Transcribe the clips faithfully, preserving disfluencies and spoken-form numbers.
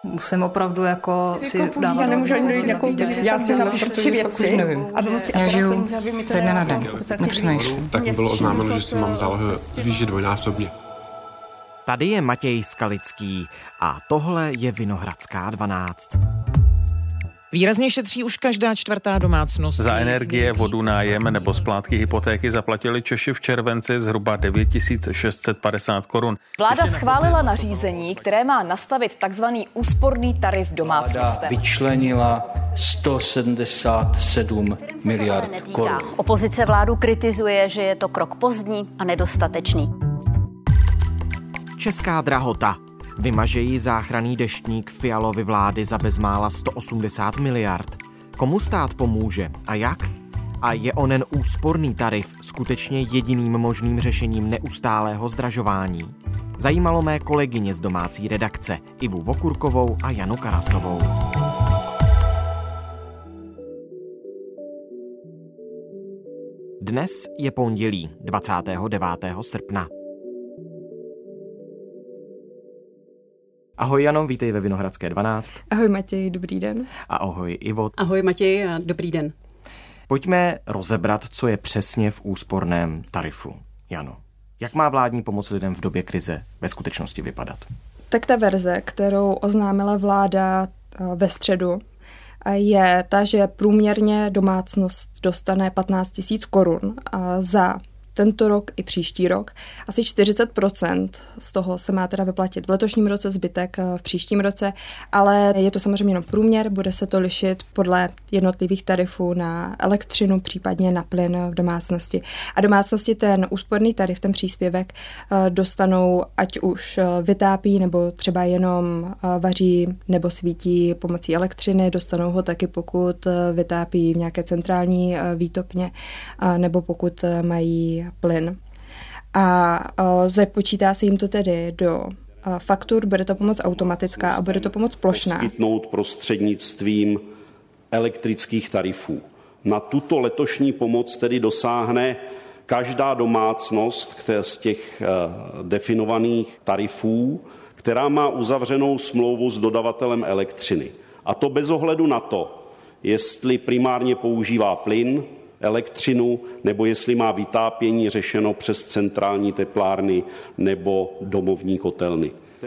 Musím opravdu jako si, si dávat... Já nemůžu ani dojít jako... Já si napíšu tři věci. Já žiju ze dne na den. Nepřemýšlím. Tak mi bylo oznámeno, že si mám zálohu zvýšit dvojnásobně. Tady je Matěj Skalický a tohle je Vinohradská dvanáct. Výrazně šetří už každá čtvrtá domácnost. Za energie, vodu, nájem nebo splátky hypotéky zaplatili Češi v červenci zhruba devět tisíc šest set padesát korun. Vláda schválila nařízení, které má nastavit takzvaný úsporný tarif domácnostem. Vyčlenila sto sedmdesát sedm miliard korun. Opozice vládu kritizuje, že je to krok pozdní a nedostatečný. Česká drahota. Vymaže jí záchranný deštník Fialovy vlády za bezmála sto osmdesát miliard. Komu stát pomůže a jak? A je onen úsporný tarif skutečně jediným možným řešením neustálého zdražování? Zajímalo mé kolegyně z domácí redakce Ivu Vokurkovou a Janu Karasovou. Dnes je pondělí dvacátého devátého srpna. Ahoj Jano, vítej ve Vinohradské dvanáct. Ahoj Matěj, dobrý den. A ahoj Ivo. Ahoj Matěj a dobrý den. Pojďme rozebrat, co je přesně v úsporném tarifu. Jano, jak má vládní pomoc lidem v době krize ve skutečnosti vypadat? Tak ta verze, kterou oznámila vláda ve středu, je ta, že průměrně domácnost dostane patnáct tisíc korun za tento rok i příští rok. Asi čtyřicet procent z toho se má teda vyplatit v letošním roce, zbytek v příštím roce, ale je to samozřejmě jenom průměr, bude se to lišit podle jednotlivých tarifů na elektřinu, případně na plyn v domácnosti. A domácnosti ten úsporný tarif, ten příspěvek dostanou, ať už vytápí, nebo třeba jenom vaří nebo svítí pomocí elektřiny, dostanou ho taky, pokud vytápí v nějaké centrální výtopně, nebo pokud mají plyn. A započítá se jim to tedy do faktur, bude to pomoc automatická a bude to pomoc plošná. Poskytnout prostřednictvím elektrických tarifů. Na tuto letošní pomoc tedy dosáhne každá domácnost z těch definovaných tarifů, která má uzavřenou smlouvu s dodavatelem elektřiny. A to bez ohledu na to, jestli primárně používá plyn, elektřinu, nebo jestli má vytápění řešeno přes centrální teplárny nebo domovní kotelny.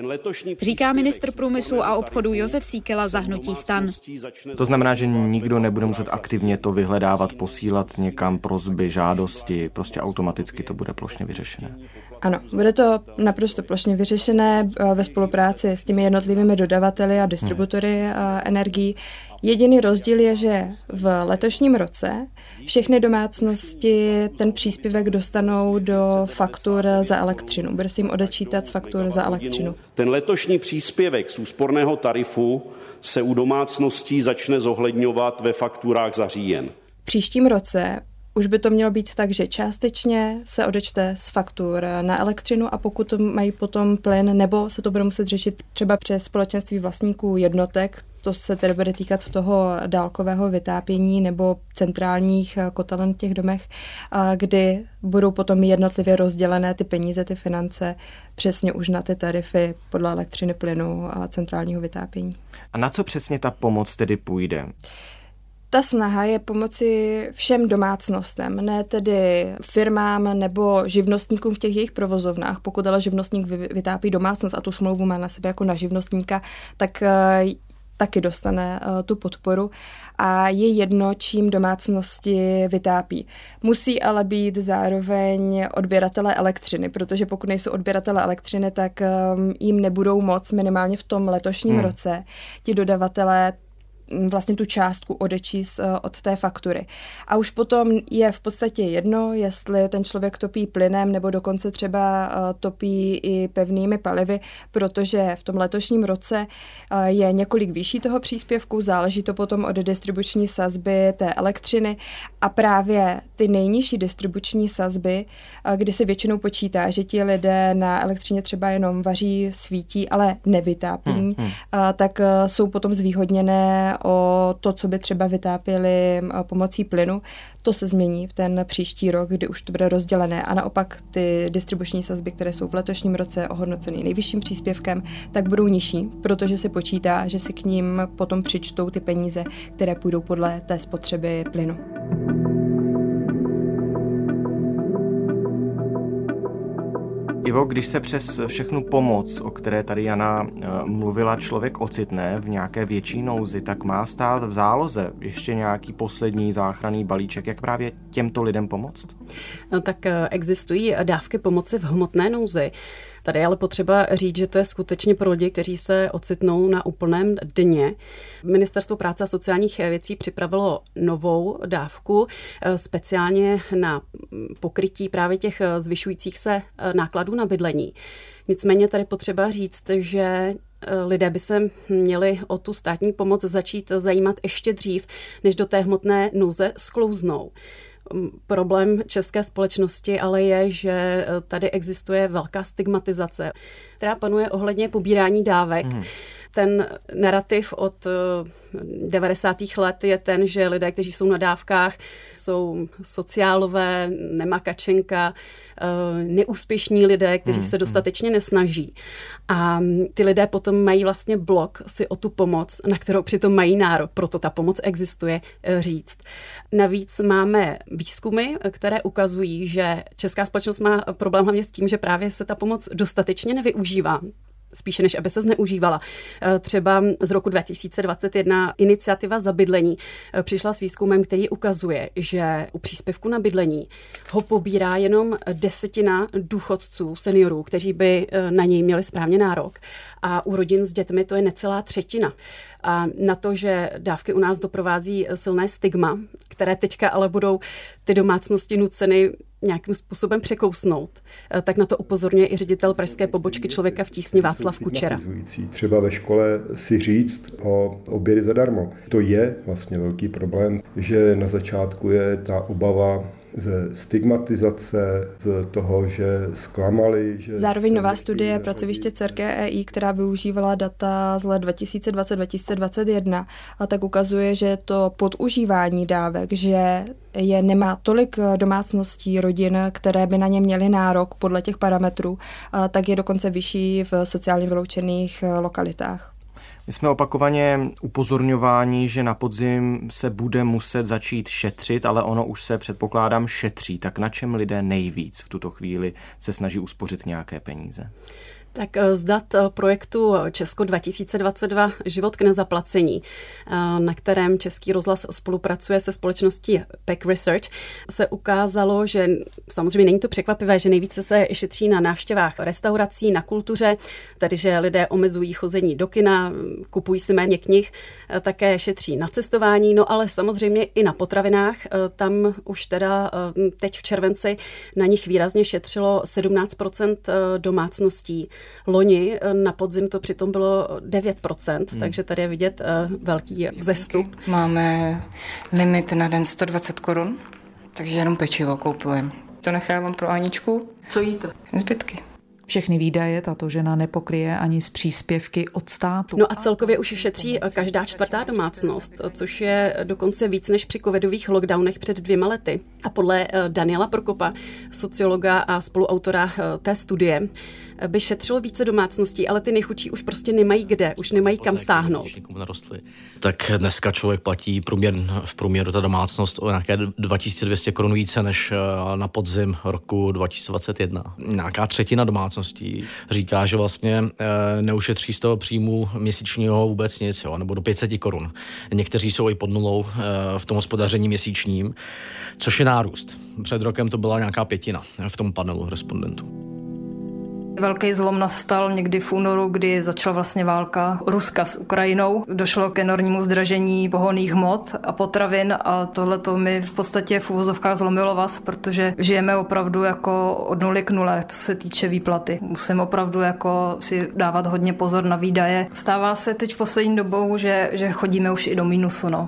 Říká ministr průmyslu a obchodu Josef Síkela za hnutí STAN. To znamená, že nikdo nebude muset aktivně to vyhledávat, posílat někam prosby, žádosti, prostě automaticky to bude plošně vyřešené. Ano, bude to naprosto plošně vyřešené ve spolupráci s těmi jednotlivými dodavateli a distributory hmm. energií. Jediný rozdíl je, že v letošním roce všechny domácnosti ten příspěvek dostanou do faktur za elektřinu. Bude se jim odečítat z faktur za elektřinu. Ten letošní příspěvek z úsporného tarifu se u domácností začne zohledňovat ve fakturách za říjen. V příštím roce už by to mělo být tak, že částečně se odečte z faktur na elektřinu a pokud mají potom plyn, nebo se to bude muset řešit třeba přes společenství vlastníků jednotek, to se tedy bude týkat toho dálkového vytápění nebo centrálních kotelen v těch domech, kdy budou potom jednotlivě rozdělené ty peníze, ty finance přesně už na ty tarify podle elektřiny, plynu a centrálního vytápění. A na co přesně ta pomoc tedy půjde? Ta snaha je pomoci všem domácnostem, ne tedy firmám nebo živnostníkům v těch jejich provozovnách. Pokud ale živnostník vytápí domácnost a tu smlouvu má na sebe jako na živnostníka, tak taky dostane tu podporu a je jedno, čím domácnosti vytápí. Musí ale být zároveň odběratele elektřiny, protože pokud nejsou odběratele elektřiny, tak jim nebudou moc minimálně v tom letošním hmm. roce ti dodavatelé vlastně tu částku odečíst od té faktury. A už potom je v podstatě jedno, jestli ten člověk topí plynem nebo dokonce třeba topí i pevnými palivy, protože v tom letošním roce je několik výší toho příspěvku, záleží to potom od distribuční sazby té elektřiny a právě ty nejnižší distribuční sazby, kdy se většinou počítá, že ti lidé na elektřině třeba jenom vaří, svítí, ale nevytápí, hmm, hmm. tak jsou potom zvýhodněné jde o to, co by třeba vytápěli pomocí plynu, to se změní v ten příští rok, kdy už to bude rozdělené a naopak ty distribuční sazby, které jsou v letošním roce ohodnoceny nejvyšším příspěvkem, tak budou nižší, protože se počítá, že se k ním potom přičtou ty peníze, které půjdou podle té spotřeby plynu. Ivo, když se přes všechnu pomoc, o které tady Jana mluvila, člověk ocitne v nějaké větší nouzi, tak má stát v záloze ještě nějaký poslední záchranný balíček, jak právě těmto lidem pomoct? No, tak existují dávky pomoci v hmotné nouzi. Tady je ale potřeba říct, že to je skutečně pro lidi, kteří se ocitnou na úplném dně. Ministerstvo práce a sociálních věcí připravilo novou dávku speciálně na pokrytí právě těch zvyšujících se nákladů na bydlení. Nicméně tady potřeba říct, že lidé by se měli o tu státní pomoc začít zajímat ještě dřív, než do té hmotné nouze sklouznou. Problém české společnosti ale je, že tady existuje velká stigmatizace, která panuje ohledně pobírání dávek. Mm. Ten narrativ od devadesátých let je ten, že lidé, kteří jsou na dávkách, jsou sociálové, nemakačenka, neúspěšní lidé, kteří se dostatečně nesnaží. A ty lidé potom mají vlastně blok si o tu pomoc, na kterou přitom mají nárok, proto ta pomoc existuje, říct. Navíc máme výzkumy, které ukazují, že česká společnost má problém hlavně s tím, že právě se ta pomoc dostatečně nevyužívá. Spíše než aby se zneužívala. Třeba z roku dva tisíce dvacet jedna iniciativa za bydlení přišla s výzkumem, který ukazuje, že u příspěvku na bydlení ho pobírá jenom desetina důchodců, seniorů, kteří by na něj měli správně nárok. A u rodin s dětmi to je necelá třetina. A na to, že dávky u nás doprovází silné stigma, které teďka ale budou ty domácnosti nuceny nějakým způsobem překousnout, tak na to upozorňuje i ředitel pražské pobočky Člověka v tísni Václav Kučera. Třeba ve škole si říct o obědy zadarmo. To je vlastně velký problém, že na začátku je ta obava ze stigmatizace, z toho, že zklamali. Že Zároveň nová studie pracoviště C E R K E I, která využívala data z let dva tisíce dvacet dva tisíce dvacet jedna, a tak ukazuje, že to podužívání dávek, že je nemá tolik domácností, rodin, které by na ně měly nárok podle těch parametrů, tak je dokonce vyšší v sociálně vyloučených lokalitách. My jsme opakovaně upozorňováni, že na podzim se bude muset začít šetřit, ale ono už se, předpokládám, šetří. Tak na čem lidé nejvíc v tuto chvíli se snaží uspořit nějaké peníze? Tak z dat projektu Česko dva tisíce dvacet dva Život k nezaplacení, na kterém Český rozhlas spolupracuje se společností P E C Research, se ukázalo, že samozřejmě není to překvapivé, že nejvíce se šetří na návštěvách restaurací, na kultuře, tedy že lidé omezují chození do kina, kupují si méně knih, také šetří na cestování, no ale samozřejmě i na potravinách. Tam už teda teď v červenci na nich výrazně šetřilo sedmnáct procent domácností. Loni na podzim to přitom bylo devět procent, hmm. takže tady je vidět uh, velký vzestup. Máme limit na den sto dvacet korun, takže jenom pečivo koupujeme. To nechávám pro Aničku. Co jíte? Zbytky. Všechny výdaje tato žena nepokryje ani z příspěvky od státu. No a celkově už šetří každá čtvrtá domácnost, což je dokonce víc než při covidových lockdownech před dvěma lety. A podle Daniela Prokopa, sociologa a spoluautora té studie, by šetřilo více domácností, ale ty nejchudší už prostě nemají kde, už nemají kam sáhnout. Tak dneska člověk platí průměr, v průměru ta domácnost o nějaké dva tisíce dvě stě korun více než na podzim roku dva tisíce dvacet jedna. Nějaká třetina domácností říká, že vlastně neušetří z toho příjmu měsíčního vůbec nic, jo, nebo do pět set korun. Někteří jsou i pod nulou v tom hospodaření měsíčním, což je nárůst. Před rokem to byla nějaká pětina v tom panelu respondentů. Velký zlom nastal někdy v únoru, kdy začala vlastně válka Ruska s Ukrajinou. Došlo k enormnímu zdražení pohonných hmot a potravin a tohleto mi v podstatě v uvozovkách zlomilo vás, protože žijeme opravdu jako od nuly k nule, co se týče výplaty. Musím opravdu jako si dávat hodně pozor na výdaje. Stává se teď v poslední dobou, že, že chodíme už i do mínusu, no.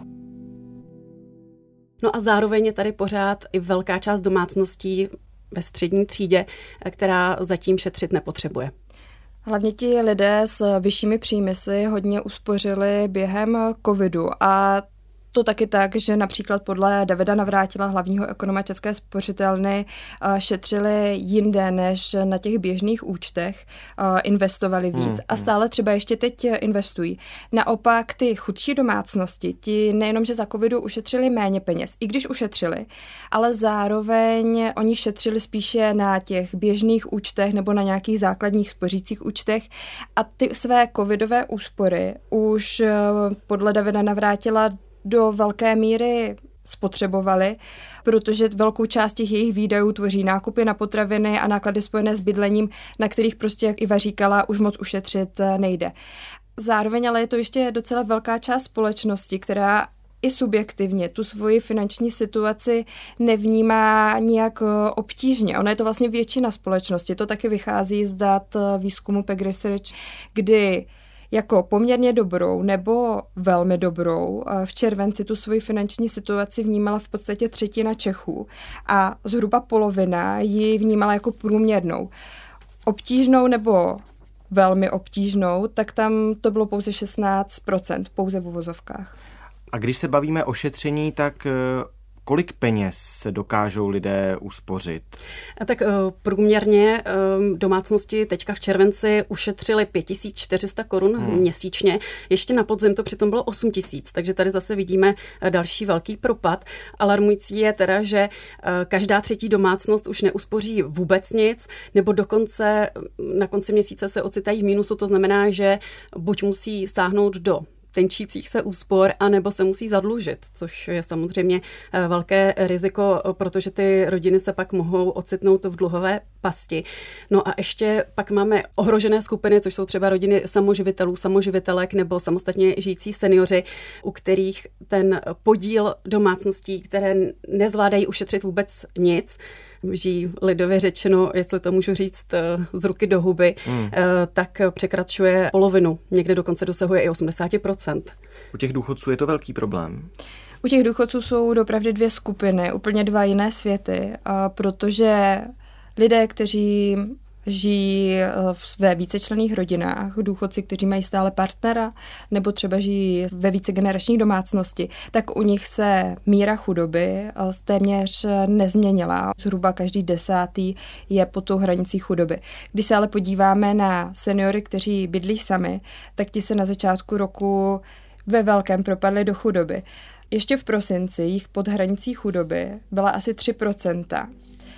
No a zároveň je tady pořád i velká část domácností ve střední třídě, která zatím šetřit nepotřebuje. Hlavně ti lidé s vyššími příjmy si hodně uspořili během covidu a to taky tak, že například podle Davida Navrátila, hlavního ekonoma České spořitelny, šetřili jinde než na těch běžných účtech, investovali víc hmm. a stále třeba ještě teď investují. Naopak ty chudší domácnosti, ti nejenom, že za covidu ušetřili méně peněz, i když ušetřili, ale zároveň oni šetřili spíše na těch běžných účtech nebo na nějakých základních spořících účtech a ty své covidové úspory už podle Davida Navrátila do velké míry spotřebovali, protože velkou část těch jejich výdajů tvoří nákupy na potraviny a náklady spojené s bydlením, na kterých prostě, jak Iva říkala, už moc ušetřit nejde. Zároveň ale je to ještě docela velká část společnosti, která i subjektivně tu svoji finanční situaci nevnímá nějak obtížně. Ona je to vlastně většina společnosti. To taky vychází z dat výzkumu P E G Research, kdy jako poměrně dobrou nebo velmi dobrou v červenci tu svoji finanční situaci vnímala v podstatě třetina Čechů a zhruba polovina ji vnímala jako průměrnou. Obtížnou nebo velmi obtížnou, tak tam to bylo pouze šestnáct procent, pouze v uvozovkách. A když se bavíme o šetření, tak kolik peněz se dokážou lidé uspořit? A tak průměrně domácnosti teďka v červenci ušetřili pět tisíc čtyři sta korun hmm. měsíčně. Ještě na podzim to přitom bylo osm tisíc, takže tady zase vidíme další velký propad. Alarmující je teda, že každá třetí domácnost už neuspoří vůbec nic, nebo dokonce na konci měsíce se ocitají v mínusu, to znamená, že buď musí sáhnout do tenčících se úspor, anebo se musí zadlužit, což je samozřejmě velké riziko, protože ty rodiny se pak mohou ocitnout v dluhové pasti. No a ještě pak máme ohrožené skupiny, což jsou třeba rodiny samoživitelů, samoživitelek nebo samostatně žijící seniori, u kterých ten podíl domácností, které nezvládají ušetřit vůbec nic, žijí lidově řečeno, jestli to můžu říct z ruky do huby, hmm. tak překračuje polovinu, někde dokonce dosahuje i osmdesát procent. U těch důchodců je to velký problém? U těch důchodců jsou dopravdy dvě skupiny, úplně dva jiné světy, protože lidé, kteří žijí ve vícečlenných rodinách, důchodci, kteří mají stále partnera, nebo třeba žijí ve vícegenerační domácnosti, tak u nich se míra chudoby téměř nezměnila. Zhruba každý desátý je pod tou hranicí chudoby. Když se ale podíváme na seniory, kteří bydlí sami, tak ti se na začátku roku ve velkém propadli do chudoby. Ještě v prosinci jich pod hranicí chudoby byla asi tři procenta.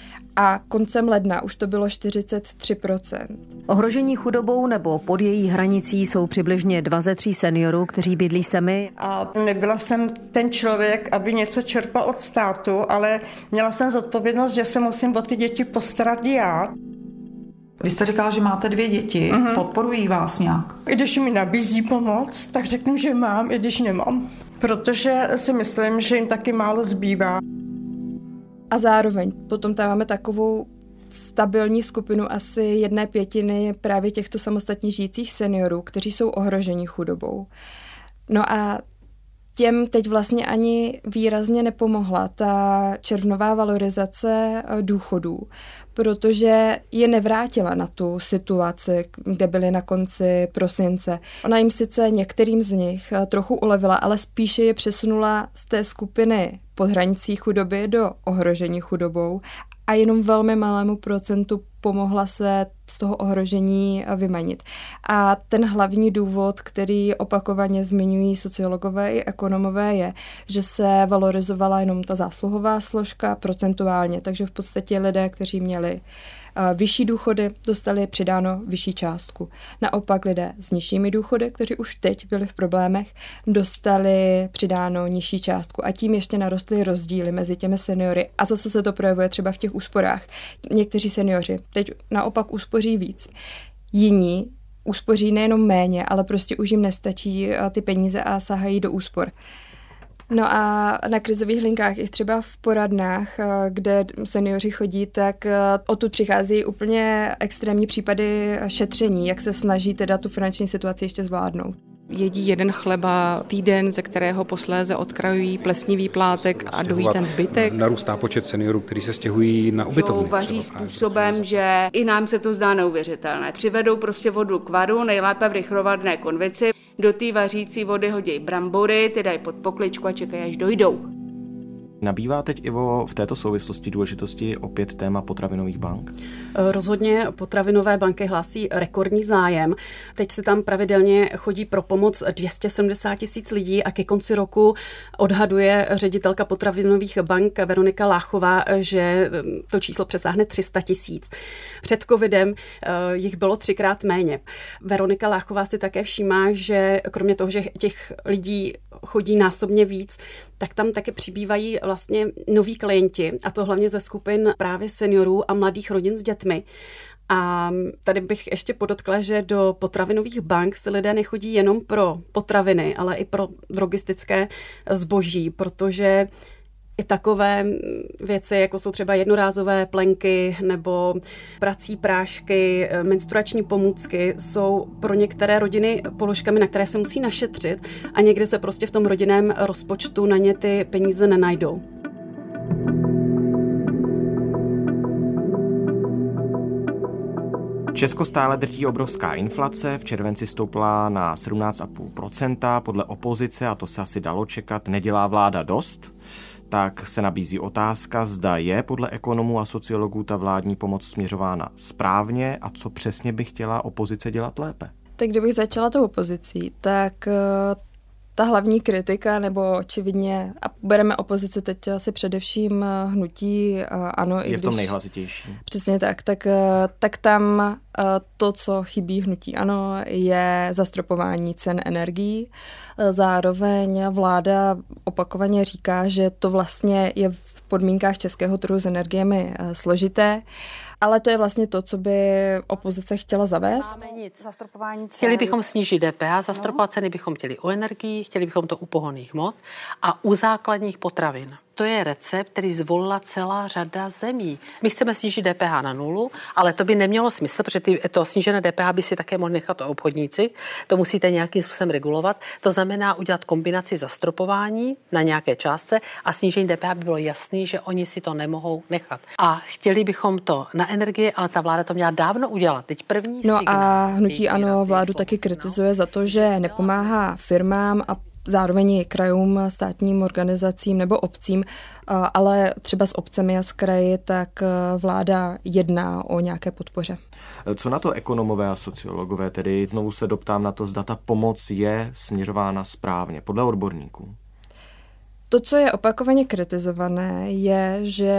A koncem ledna už to bylo čtyřicet tři procent. Ohrožení chudobou nebo pod její hranicí jsou přibližně dva ze tří seniorů, kteří bydlí sami. A nebyla jsem ten člověk, aby něco čerpal od státu, ale měla jsem zodpovědnost, že se musím o ty děti postarat já. Vy jste říkala, že máte dvě děti, uh-huh. podporují vás nějak? I když mi nabízí pomoc, tak řeknu, že mám, i když nemám. Protože si myslím, že jim taky málo zbývá. A zároveň potom tam máme takovou stabilní skupinu asi jedné pětiny právě těchto samostatně žijících seniorů, kteří jsou ohroženi chudobou. No a těm teď vlastně ani výrazně nepomohla ta červnová valorizace důchodů, protože je nevrátila na tu situaci, kde byli na konci prosince. Ona jim sice některým z nich trochu ulevila, ale spíše je přesunula z té skupiny pod hranicí chudoby do ohrožení chudobou a jenom velmi malému procentu pomohla se z toho ohrožení vymanit. A ten hlavní důvod, který opakovaně zmiňují sociologové i ekonomové, je, že se valorizovala jenom ta zásluhová složka procentuálně, takže v podstatě lidé, kteří měli vyšší důchody, dostali přidáno vyšší částku. Naopak lidé s nižšími důchody, kteří už teď byli v problémech, dostali přidáno nižší částku a tím ještě narostly rozdíly mezi těmi seniory a zase se to projevuje třeba v těch úsporách. Někteří seniori teď naopak uspoří víc. Jiní uspoří nejenom méně, ale prostě už jim nestačí ty peníze a sahají do úspor. No a na krizových linkách i třeba v poradnách, kde seniori chodí, tak odtud přichází úplně extrémní případy šetření, jak se snaží teda tu finanční situaci ještě zvládnout. Jedí jeden chleba týden, ze kterého posléze odkrajují plesnivý plátek a dojí ten zbytek. Narůstá počet seniorů, kteří se stěhují na ubytovny. Vaří způsobem, že i nám se to zdá neuvěřitelné. Přivedou prostě vodu k varu, nejlépe v rychlovadné konvici. Do té vařící vody hodí brambory, ty dají pod pokličku a čekají, až dojdou. Nabývá teď, Ivo, v této souvislosti důležitosti opět téma potravinových bank? Rozhodně potravinové banky hlásí rekordní zájem. Teď se tam pravidelně chodí pro pomoc dvě stě sedmdesát tisíc lidí a ke konci roku odhaduje ředitelka potravinových bank Veronika Láchová, že to číslo přesáhne tři sta tisíc. Před covidem jich bylo třikrát méně. Veronika Láchová si také všímá, že kromě toho, že těch lidí chodí násobně víc, tak tam také přibývají vlastně noví klienti, a to hlavně ze skupin právě seniorů a mladých rodin s dětmi. A tady bych ještě podotkla, že do potravinových bank si lidé nechodí jenom pro potraviny, ale i pro drogistické zboží, protože i takové věci, jako jsou třeba jednorázové plenky nebo prací prášky, menstruační pomůcky, jsou pro některé rodiny položkami, na které se musí našetřit a někdy se prostě v tom rodinném rozpočtu na ně ty peníze nenajdou. Česko stále drtí obrovská inflace, v červenci stoupla na sedmnáct celá pět procenta, podle opozice, a to se asi dalo čekat, nedělá vláda dost. Tak se nabízí otázka, zda je podle ekonomů a sociologů ta vládní pomoc směřována správně a co přesně by chtěla opozice dělat lépe. Tak kdybych začala tou opozicí, tak ta hlavní kritika, nebo očividně, a bereme opozici teď asi především hnutí ANO. Je v tom nejhlasitější. Přesně tak, tak, tak tam to, co chybí hnutí ANO, je zastropování cen energií. Zároveň vláda opakovaně říká, že to vlastně je v podmínkách českého trhu s energiemi složité. Ale to je vlastně to, co by opozice chtěla zavést. Chtěli bychom snížit D P H, zastropovat ceny bychom chtěli u energií, chtěli bychom to u pohonných hmot a u základních potravin. To je recept, který zvolila celá řada zemí. My chceme snížit D P H na nulu, ale to by nemělo smysl, protože ty, to snížené D P H by si také mohli nechat obchodníci. To musíte nějakým způsobem regulovat. To znamená udělat kombinaci zastropování na nějaké částce a snížení D P H by bylo jasný, že oni si to nemohou nechat. A chtěli bychom to na energie, ale ta vláda to měla dávno udělat. Teď první No signál, a hnutí ANO vládu taky kritizuje za to, že nepomáhá firmám a zároveň i krajům, státním organizacím nebo obcím, ale třeba s obcemi a s kraji, tak vláda jedná o nějaké podpoře. Co na to ekonomové a sociologové, tedy znovu se doptám na to, zda ta pomoc je směřována správně, podle odborníků? To, co je opakovaně kritizované, je, že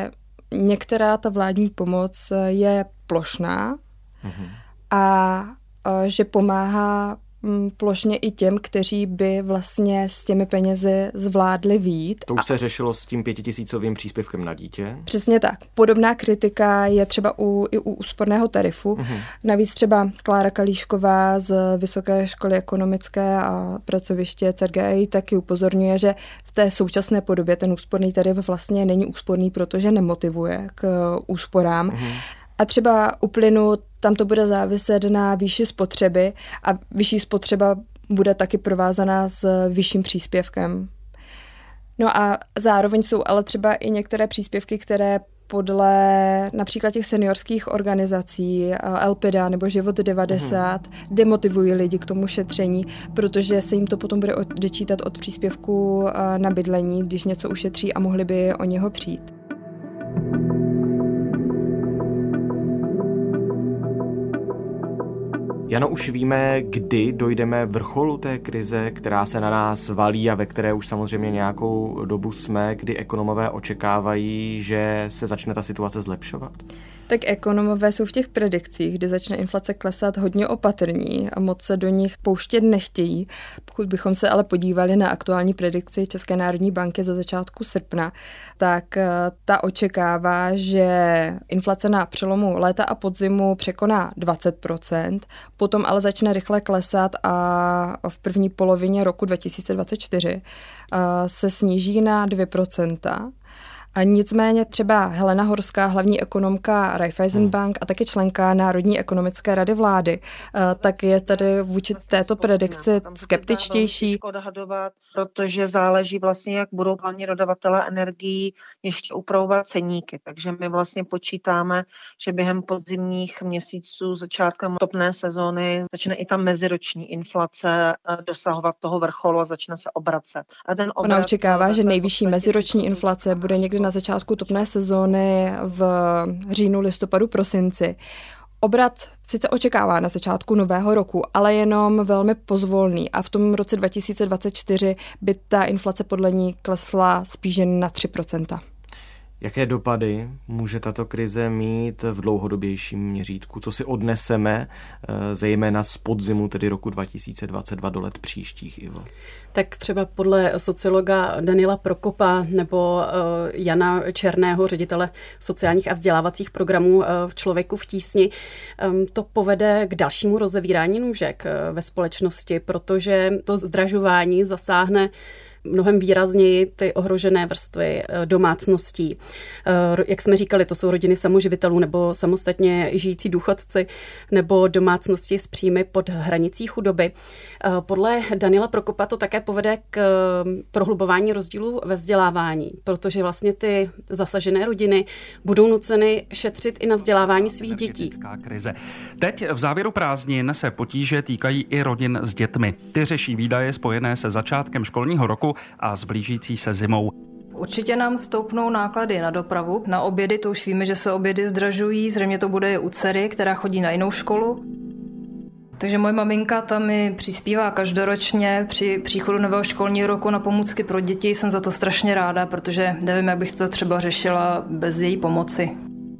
některá ta vládní pomoc je plošná mhm. a že pomáhá plošně i těm, kteří by vlastně s těmi penězi zvládli vyjít. To už se řešilo s tím pětitisícovým příspěvkem na dítě? Přesně tak. Podobná kritika je třeba u, i u úsporného tarifu. Uh-huh. Navíc třeba Klára Kalíšková z Vysoké školy ekonomické a pracoviště C E R G E taky upozorňuje, že v té současné podobě ten úsporný tarif vlastně není úsporný, protože nemotivuje k úsporám. Uh-huh. A třeba u plynu tam to bude záviset na výši spotřeby a vyšší spotřeba bude taky provázaná s vyšším příspěvkem. No a zároveň jsou ale třeba i některé příspěvky, které podle například těch seniorských organizací Elpida nebo Život devadesát hmm. demotivují lidi k tomu šetření, protože se jim to potom bude odečítat od příspěvku na bydlení, když něco ušetří a mohli by o něho přijít. Jano, už víme, kdy dojdeme vrcholu té krize, která se na nás valí a ve které už samozřejmě nějakou dobu jsme, kdy ekonomové očekávají, že se začne ta situace zlepšovat? Tak ekonomové jsou v těch predikcích, kdy začne inflace klesat, hodně opatrní a moc se do nich pouštět nechtějí. Pokud bychom se ale podívali na aktuální predikci České národní banky za začátku srpna, tak ta očekává, že inflace na přelomu léta a podzimu překoná dvacet procent, potom ale začne rychle klesat a v první polovině roku dva tisíce dvacet čtyři se sníží na dvě procenta. A nicméně třeba Helena Horská, hlavní ekonomka Raiffeisenbank a taky členka Národní ekonomické rady vlády, tak je tady vůči této predikci skeptičtější. Odhadovat, protože záleží vlastně, jak budou hlavně dodavatelé energií ještě upravovat ceníky. Takže my vlastně počítáme, že během podzimních měsíců, začátkem topné sezóny, začne i ta meziroční inflace dosahovat toho vrcholu a začne se obracet. A ten Ona očekává, že nejvyšší meziroční inflace bude někdy na začátku topné sezóny v říjnu, listopadu, prosinci. Obrat sice očekává na začátku nového roku, ale jenom velmi pozvolný a v tom roce dva tisíce dvacet čtyři by ta inflace podle ní klesla spíš jen na tři procenta. Jaké dopady může tato krize mít v dlouhodobějším měřítku? Co si odneseme zejména z podzimu, tedy roku dva tisíce dvacet dva do let příštích, Ivo? Tak třeba podle sociologa Daniela Prokopa nebo Jana Černého, ředitele sociálních a vzdělávacích programů v Člověku v tísni, to povede k dalšímu rozevírání nůžek ve společnosti, protože to zdražování zasáhne mnohem výrazněji ty ohrožené vrstvy domácností. Jak jsme říkali, to jsou rodiny samoživitelů nebo samostatně žijící důchodci nebo domácnosti s příjmy pod hranicí chudoby. Podle Daniela Prokopa to také povede k prohlubování rozdílů ve vzdělávání, protože vlastně ty zasažené rodiny budou nuceny šetřit i na vzdělávání svých dětí. Krize. Teď v závěru prázdnin se potíže týkají i rodin s dětmi. Ty řeší výdaje spojené se začátkem školního roku a s blížící se zimou. Určitě nám stoupnou náklady na dopravu, na obědy, to už víme, že se obědy zdražují, zřejmě to bude i u dcery, která chodí na jinou školu. Takže moje maminka tam mi přispívá každoročně při příchodu nového školního roku na pomůcky pro děti. Jsem za to strašně ráda, protože nevím, jak bych to třeba řešila bez její pomoci.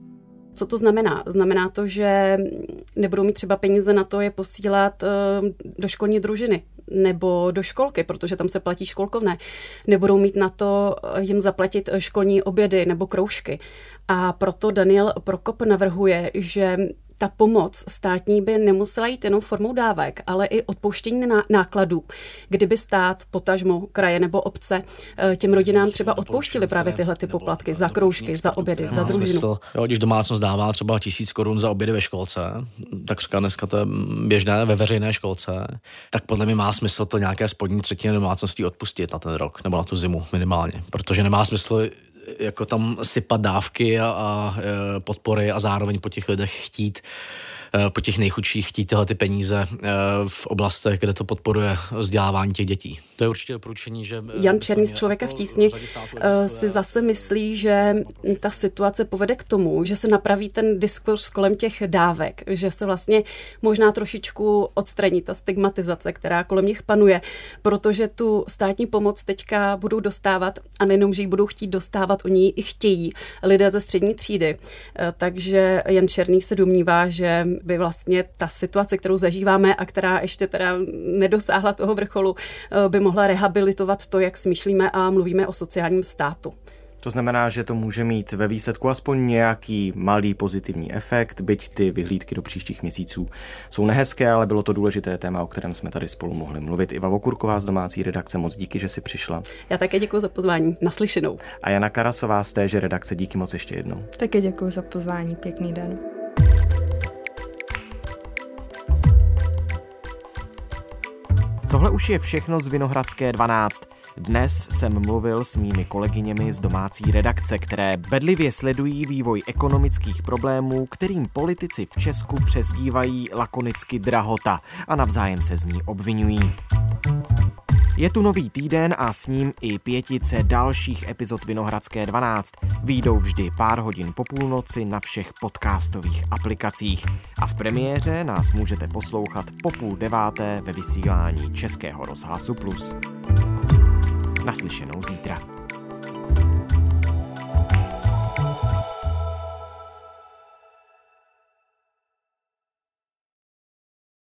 Co to znamená? Znamená to, že nebudou mít třeba peníze na to je posílat do školní družiny nebo do školky, protože tam se platí školkovné. Nebudou mít na to jim zaplatit školní obědy nebo kroužky. A proto Daniel Prokop navrhuje, že ta pomoc státní by nemusela jít jenom formou dávek, ale i odpouštění nákladů. Kdyby stát, potažmo kraje nebo obce těm rodinám třeba odpouštili právě tyhle ty poplatky za kroužky, za obědy, za družinu. Jo, když domácnost dává třeba tisíc korun za obědy ve školce, tak říká dneska to je běžné ve veřejné školce, tak podle mě má smysl to nějaké spodní třetiny domácností odpustit na ten rok nebo na tu zimu minimálně, protože nemá smysl jako tam sypat dávky a, a podpory a zároveň po těch lidech chtít, po těch nejchudších chtít tyhle ty peníze v oblastech, kde to podporuje vzdělávání těch dětí. To je určitě doporučení, že... Jan Černý z Člověka v tísni si zase myslí, že ta situace povede k tomu, že se napraví ten diskurs kolem těch dávek, že se vlastně možná trošičku odstraní ta stigmatizace, která kolem nich panuje, protože tu státní pomoc teďka budou dostávat a nejenom, že ji budou chtít dostávat, oni ji i chtějí lidé ze střední třídy. Takže Jan Černý se domnívá, že by vlastně ta situace, kterou zažíváme a která ještě teda nedosáhla toho vrcholu, by mohla rehabilitovat to, jak smýšlíme a mluvíme o sociálním státu. To znamená, že to může mít ve výsledku aspoň nějaký malý pozitivní efekt, byť ty vyhlídky do příštích měsíců jsou nehezké, ale bylo to důležité téma, o kterém jsme tady spolu mohli mluvit. Iva Vokurková z domácí redakce, moc díky, že jsi přišla. Já také děkuji za pozvání, naslyšenou. A Jana Karasová z téže redakce, díky moc ještě jednou. Také děkuji za pozvání, pěkný den. Tohle už je všechno z Vinohradské dvanáct. Dnes jsem mluvil s mými kolegyněmi z domácí redakce, které bedlivě sledují vývoj ekonomických problémů, kterým politici v Česku přezdívají lakonicky drahota a navzájem se z ní obvinují. Je tu nový týden a s ním i pětice dalších epizod Vinohradské dvanáct. Vyjdou vždy pár hodin po půlnoci na všech podcastových aplikacích. A v premiéře nás můžete poslouchat po půl deváté ve vysílání Českého rozhlasu Plus. Naslyšenou zítra.